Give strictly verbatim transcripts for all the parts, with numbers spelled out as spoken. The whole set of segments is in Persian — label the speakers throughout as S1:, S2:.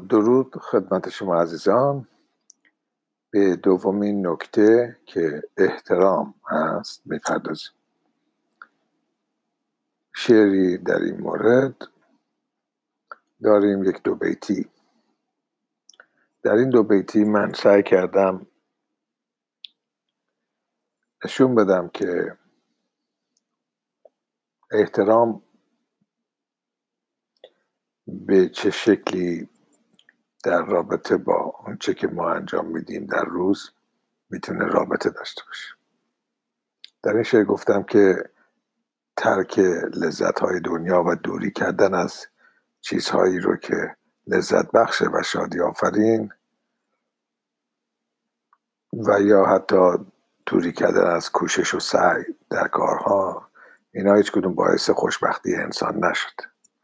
S1: درود خدمت شما عزیزان. به دومین نکته که احترام هست میپردازیم. شعری در این مورد داریم، یک دو بیتی. در این دو بیتی من سعی کردم نشون بدم که احترام به چه شکلی در رابطه با اونچه که ما انجام میدیم در روز میتونه رابطه داشته باشه. در این شعر گفتم که ترک لذت‌های دنیا و دوری کردن از چیزهایی رو که لذت بخشه و شادی آفرین و یا حتی دوری کردن از کوشش و سعی در کارها، اینا هیچ کدوم باعث خوشبختی انسان نشد.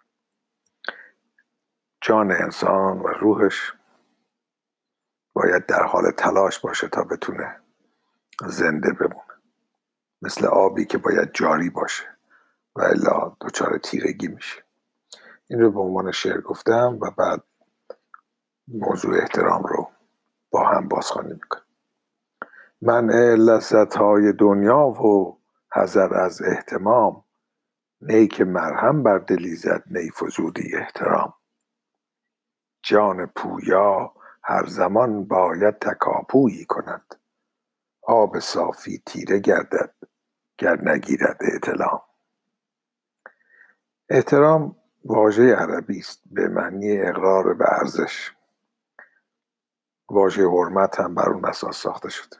S1: جان انسان و روحش باید در حال تلاش باشه تا بتونه زنده بمونه، مثل آبی که باید جاری باشه و الا دچار تیرگی میشه. این رو به عنوان شعر گفتم و بعد موضوع احترام رو با هم بازخوانی میکنم. منع لذت‌های دنیا و حذر از اهتمام، نی که مرهم بر دلی زد نی فزودی احترام. جان پویا هر زمان باید تکاپویی کند، آب صافی تیره گردد گر نگیرد احتلام. احترام واژه عربی است به معنی اقرار به ارزش. واژه حرمت هم بر اون اساس ساخته شده.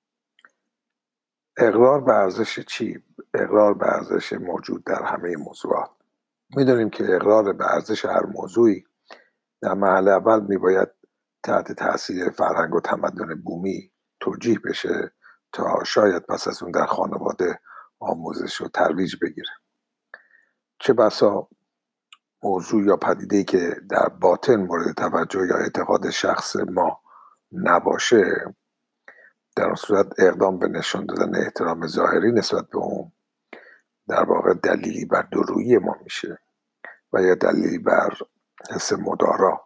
S1: اقرار به ارزش چی؟ اقرار به ارزش موجود در همه موضوعات. میدونیم که اقرار به ارزش هر موضوعی در مرحله اول میباید تحت تاثیر فرهنگ و تمدن بومی توجیه بشه تا شاید پس از اون در خانواده آموزش و ترویج بگیره. چه بسا موضوع یا پدیده‌ای که در باطن مورد توجه یا اعتقاد شخص ما نباشه، در اون صورت اقدام به نشان دادن احترام ظاهری نسبت به اون در واقع دلیلی بر دورویی ما میشه و یا دلیلی بر حس مدارا.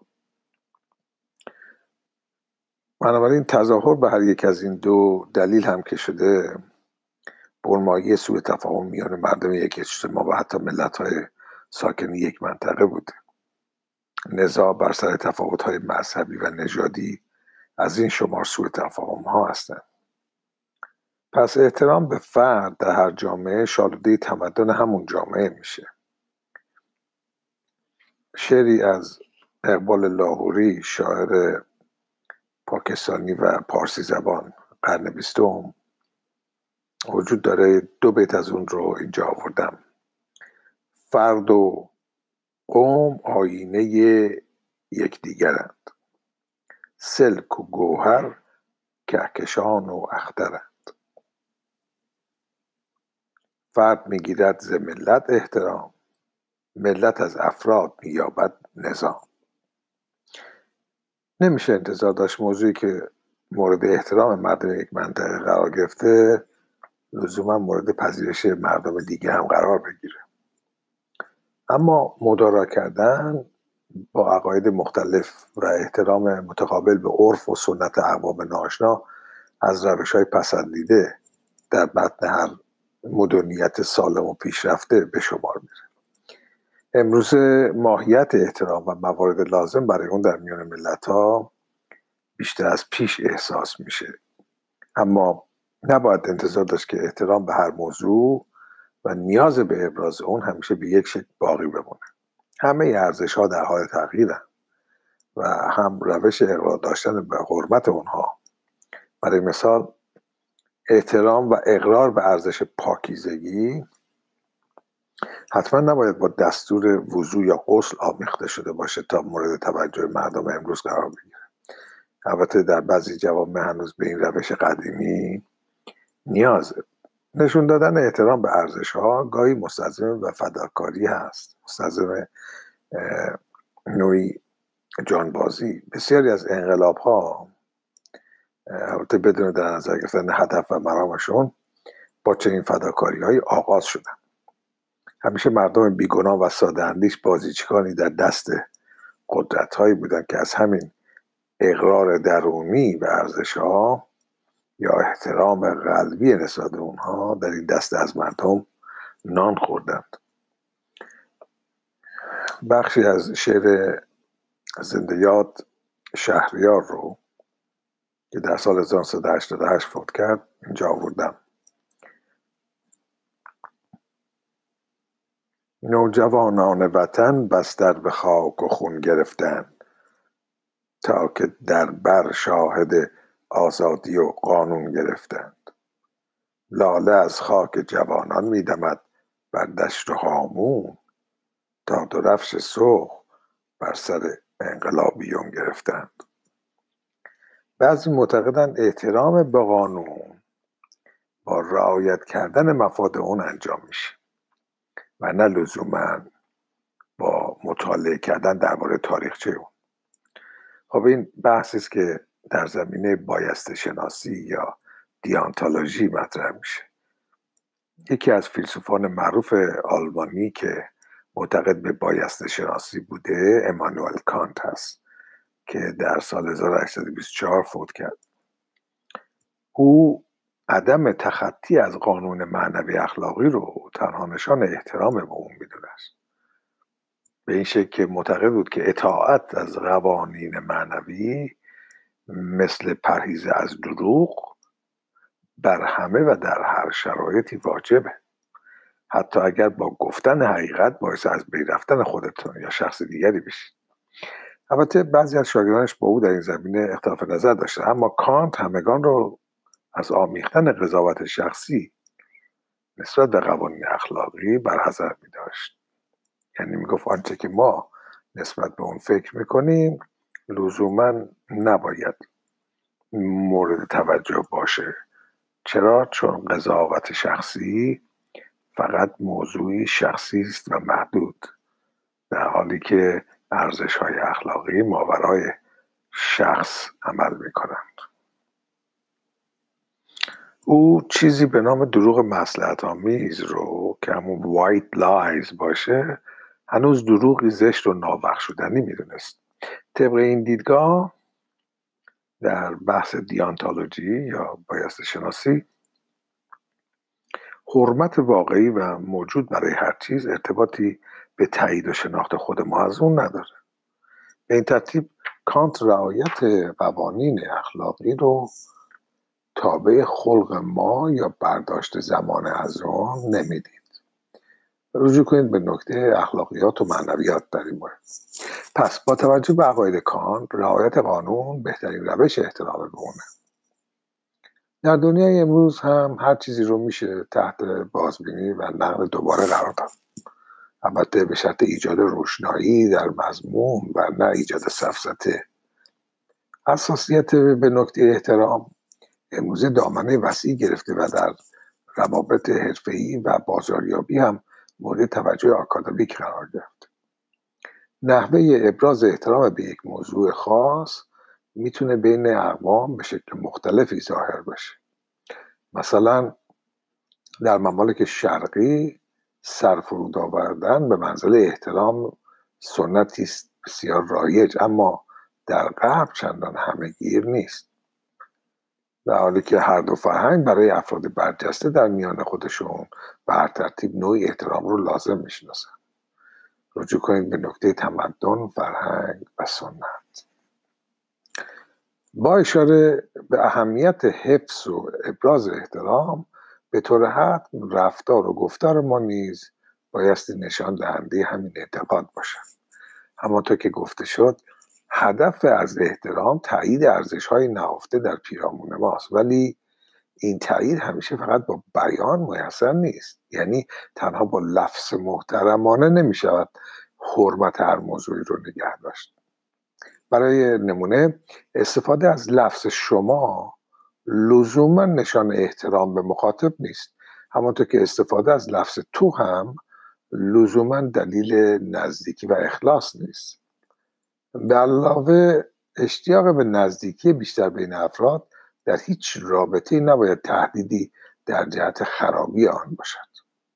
S1: بنابراین تظاهر به هر یک از این دو دلیل هم که شده، برمایی سوء تفاهم میان مردم یک اجتماع و حتی ملت‌های ساکن یک منطقه بود. نزاع بر سر تفاوت‌های مذهبی و نژادی از این شمار سوء تفاهم ها هستند. پس احترام به فرد در هر جامعه شالوده تمدن همون جامعه میشه. شعری از اقبال لاهوری، شاعر پاکستانی و پارسی زبان قرن بیستم وجود داره. دو بیت از اون رو اینجا آوردم. فرد و قوم آینه یکدیگرند، سلک و گوهر کهکشان و اخترند. فرد میگیرد ز ملت احترام، ملت از افراد مییابد نظام. نمیشه انتظار داشت موضوعی که مورد احترام مردم یک منطقه قرار گرفته لزوما مورد پذیرش مردم دیگه هم قرار بگیره. اما مدارا کردن با عقاید مختلف و احترام متقابل به عرف و سنت اقوام ناآشنا از روش‌های پسندیده در متن هر مدرنیت سالم و پیشرفته به شمار میره. امروز ماهیت احترام و موارد لازم برای اون در میان ملت‌ها بیشتر از پیش احساس میشه، اما نباید انتظار داشت که احترام به هر موضوع و نیاز به ابراز اون همیشه به یک شکل باقی بمونه. همه ارزش‌ها در حال تغییرن و هم روش اقرار داشتن به حرمت اونها. برای مثال احترام و اقرار به ارزش پاکیزگی حتما نباید با دستور وضو یا غسل آمیخته شده باشه تا مورد توجه مردم امروز قرار بگیره. البته در بعضی جوامع هنوز به این روش قدیمی نیازه. نشون دادن احترام به ارزش‌ها گاهی مستلزم و فداکاری هست، مستلزم نوعی جانبازی. بسیاری از انقلاب‌ها البته بدون در نظر گرفتن هدف و مرامشون با چنین فداکاری‌هایی آغاز شدن. همیشه مردم بیگناه و ساده اندیش بازیچگانی در دست قدرت هایی بودن که از همین اقرار درونی به ارزش ها یا احترام قلبی نسبت به اونها در این دسته از مردم نان خوردند. بخشی از شعر زنده یاد شهریار رو که در سال هزار و نهصد و هشتاد و هشت فوت کرد اینجا آوردم. نوجوانان وطن بستر به خاک و خون گرفتند، تا که در بر شاهد آزادی و قانون گرفتند. لاله از خاک جوانان میدمد بر دشت و هامون، تا درفش سرخ بر سر انقلابیون گرفتند. بعضی معتقدند احترام به قانون با رعایت کردن مفاد اون انجام میشه و نه لزوما با مطالعه کردن درباره تاریخچه اون. خب این بحثی است که در زمینه بایسته شناسی یا دیانتولوژی مطرح میشه. یکی از فیلسوفان معروف آلمانی که معتقد به بایسته شناسی بوده امانوئل کانت هست که در سال هزار و هشتصد و بیست و چهار فوت کرد. او عدم تخطی از قانون معنوی اخلاقی رو تنها نشان احترام به اون میدونست. به این شکل که معتقد بود که اطاعت از قوانین معنوی مثل پرهیز از دروغ بر همه و در هر شرایطی واجبه، حتی اگر با گفتن حقیقت باعث از بین رفتن خودتون یا شخص دیگری بشید. البته بعضی از شاگردانش با او در این زمینه اختلاف نظر داشتند، اما کانت همگان رو از آمیختن قضاوت شخصی نسبت به قوانین اخلاقی برحذر می داشت. یعنی می گفت آنچه که ما نسبت به اون فکر می کنیم لزوما نباید مورد توجه باشه. چرا؟ چون قضاوت شخصی فقط موضوعی شخصی است و محدود، در حالی که ارزش‌های اخلاقی ماورای شخص عمل می کنند. او چیزی به نام دروغ مصلحت آمیز رو که همون white lies باشه هنوز دروغی زشت و نابخشودنی میدونست. طبق این دیدگاه در بحث دیانتولوژی یا بایسته شناسی حرمت واقعی و موجود برای هر چیز ارتباطی به تایید و شناخت خود ما از اون نداره. به این ترتیب کانت رعایت قوانین اخلاقی رو تابع خلق ما یا برداشت زمان از اون نمیدید. رجوع کنید به نکته اخلاقیات و معنویات در این مورد. پس با توجه به عقاید کانت رعایت قانون بهترین روش احترام به اونه. در دنیای امروز هم هر چیزی رو میشه تحت بازبینی و نقد دوباره قرار داد، البته به شرط ایجاد روشنایی در مضمون و نه ایجاد سفسطه. حساسیت به نکته احترام امروزه دامنه وسیع گرفته و در روابط حرفه‌ای و بازاریابی هم مورد توجه آکادمیک قرار گرفت. نحوه ابراز احترام به یک موضوع خاص میتونه بین اقوام به شکل مختلفی ظاهر بشه. مثلا در ممالک شرقی سرفرود آوردن به منزله احترام سنتی است بسیار رایج، اما در غرب چندان همه‌گیر نیست، در حالی که هر دو فرهنگ برای افراد برجسته در میان خودشون به هر ترتیب نوعی احترام رو لازم میشناسن. رجوع کنید به نکته تمدن، فرهنگ و سنت. با اشاره به اهمیت حفظ و ابراز احترام، به طور حتم رفتار و گفتار ما نیز بایستی نشان دهنده همین اعتقاد باشد. همانطور که گفته شد هدف از احترام تایید ارزش‌های نهفته در پیرامون ماست، ولی این تایید همیشه فقط با بیان میسر نیست. یعنی تنها با لفظ محترمانه نمیشود حرمت هر موضوعی رو نگه داشت. برای نمونه استفاده از لفظ شما لزوما نشان احترام به مخاطب نیست، همانطور که استفاده از لفظ تو هم لزوما دلیل نزدیکی و اخلاص نیست. به علاوه اشتیاق به نزدیکی بیشتر بین افراد در هیچ رابطه‌ای نباید تهدیدی در جهت خرابی آن باشد.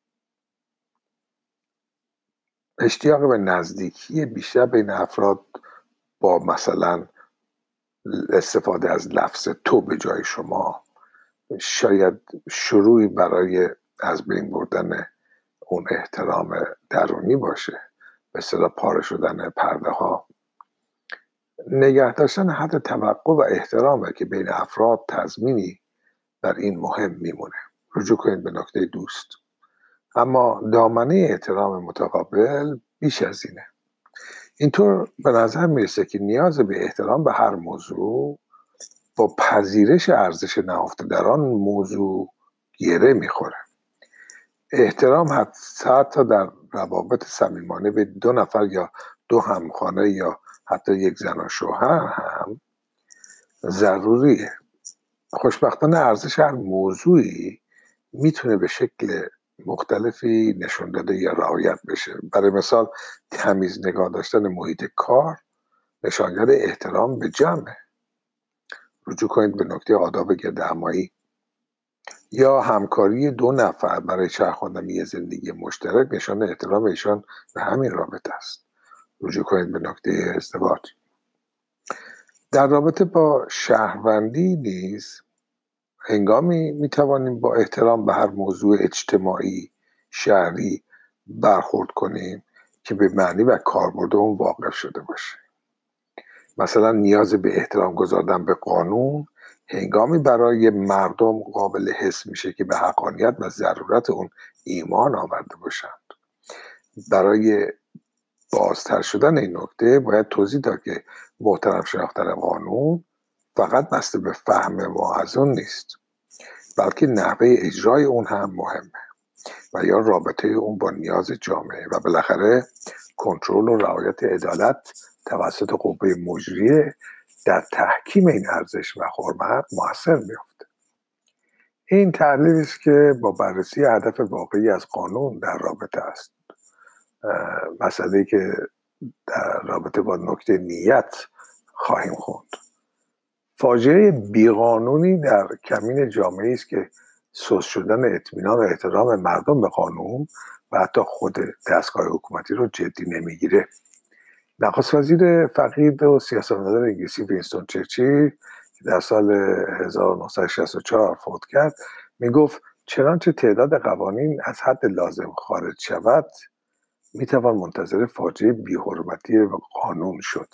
S1: اشتیاق به نزدیکی بیشتر بین افراد با مثلا استفاده از لفظ تو به جای شما شاید شروعی برای از بین بردن اون احترام درونی باشه، به اصطلاح پاره شدن پرده ها. نگه داشتن حد توقع و احترامه که بین افراد تضمینی بر این مهم میمونه. رجوع کنید به نکته دوست. اما دامنه احترام متقابل بیش از اینه. اینطور به نظر میرسه که نیاز به احترام به هر موضوع با پذیرش ارزش نهفته در آن موضوع گره میخوره. احترام حتی در روابط صمیمانه به دو نفر یا دو همخانه یا حتی یک زن و شوهر هم ضروریه. خوشبختانه ارزش هر موضوعی میتونه به شکل مختلفی نشون داده یا رعایت بشه. برای مثال تمیز نگاه داشتن محیط کار نشانگر احترام به جمعه. رجوع کنید به نکته آداب گردهمایی. یا همکاری دو نفر برای چرخاندن یه زندگی مشترک نشان احترام ایشان به همین رابطه است. رجوع کنید به نکته ازدواج. در رابطه با شهروندی نیز هنگامی میتوانیم با احترام به هر موضوع اجتماعی شهری برخورد کنیم که به معنی و کاربرد اون واقف شده باشه. مثلا نیاز به احترام گذاشتن به قانون هنگامی برای مردم قابل حس میشه که به حقانیت و ضرورت اون ایمان آورده باشند. برای بازتر شدن این نکته باید توضیح داد که محترم شناختن قانون فقط بسته به فهم ما از اون نیست، بلکه نحوه اجرای اون هم مهمه و یا رابطه اون با نیاز جامعه و بالاخره کنترل و رعایت عدالت توسط قوه مجریه در تحکیم این ارزش و حرمت مؤثر میفته. این تحلیلی است که با بررسی هدف واقعی از قانون در رابطه است. مسئله‌ای که در رابطه با نکته نیت خواهیم خوند. فاجعه بیقانونی در کمین جامعه است که سوس شدن اطمینان و احترام مردم به قانون و حتی خود دستگاه حکومتی رو جدی نمیگیره. نخست وزیر فقید و سیاستمدار انگلیسی وینستون چرچیل که در سال هزار و نهصد و شصت و چهار فوت کرد میگفت چنانچه تعداد قوانین از حد لازم خارج شود میتوان منتظر فاجعه بی‌حرمتی قانون شد.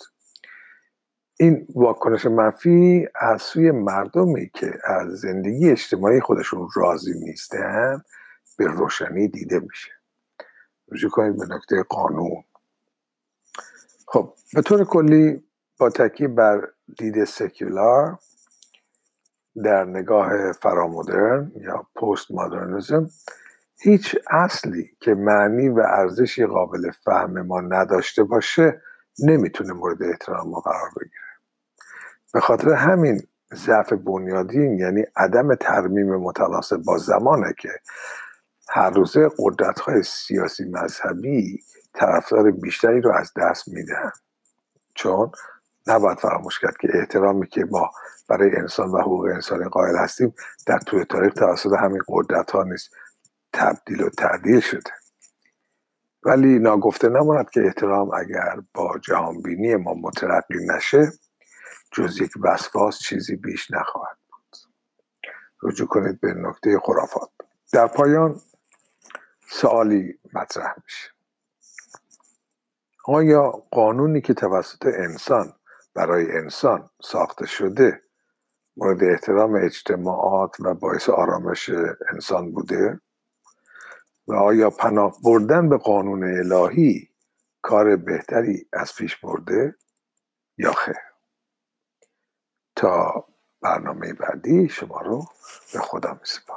S1: این واکنش منفی از سوی مردمی که از زندگی اجتماعی خودشون راضی نیستن به روشنی دیده میشه. رجوع کنید به نکته قانون. خب به طور کلی با تکیه بر دید سکولار در نگاه فرامدرن یا پست مدرنیسم هیچ اصلی که معنی و ارزشی قابل فهم ما نداشته باشه نمیتونه مورد احترام ما قرار بگیره. به خاطر همین ضعف بنیادی یعنی عدم ترمیم متناسب با زمانه که هر روزه قدرت‌های سیاسی مذهبی طرفدار بیشتری رو از دست میدن. چون نباید فراموش کرد که احترامی که ما برای انسان و حقوق انسانی قائل هستیم در طول تاریخ توسط همین قدرت‌ها نیست تبدیل و تعدیل شده. ولی ناگفته نماند که احترام اگر با جهانبینی ما مترقی نشه جز یک وسواس چیزی بیش نخواهد بود. رجوع کنید به نکته خرافات. در پایان سوالی مطرح میشه: آیا قانونی که توسط انسان برای انسان ساخته شده مورد احترام اجتماعات و باعث آرامش انسان بوده؟ و آیا پناه بردن به قانون الهی کار بهتری از پیش برده یا خیر؟ تا برنامه بعدی شما رو به خدا می‌سپارم.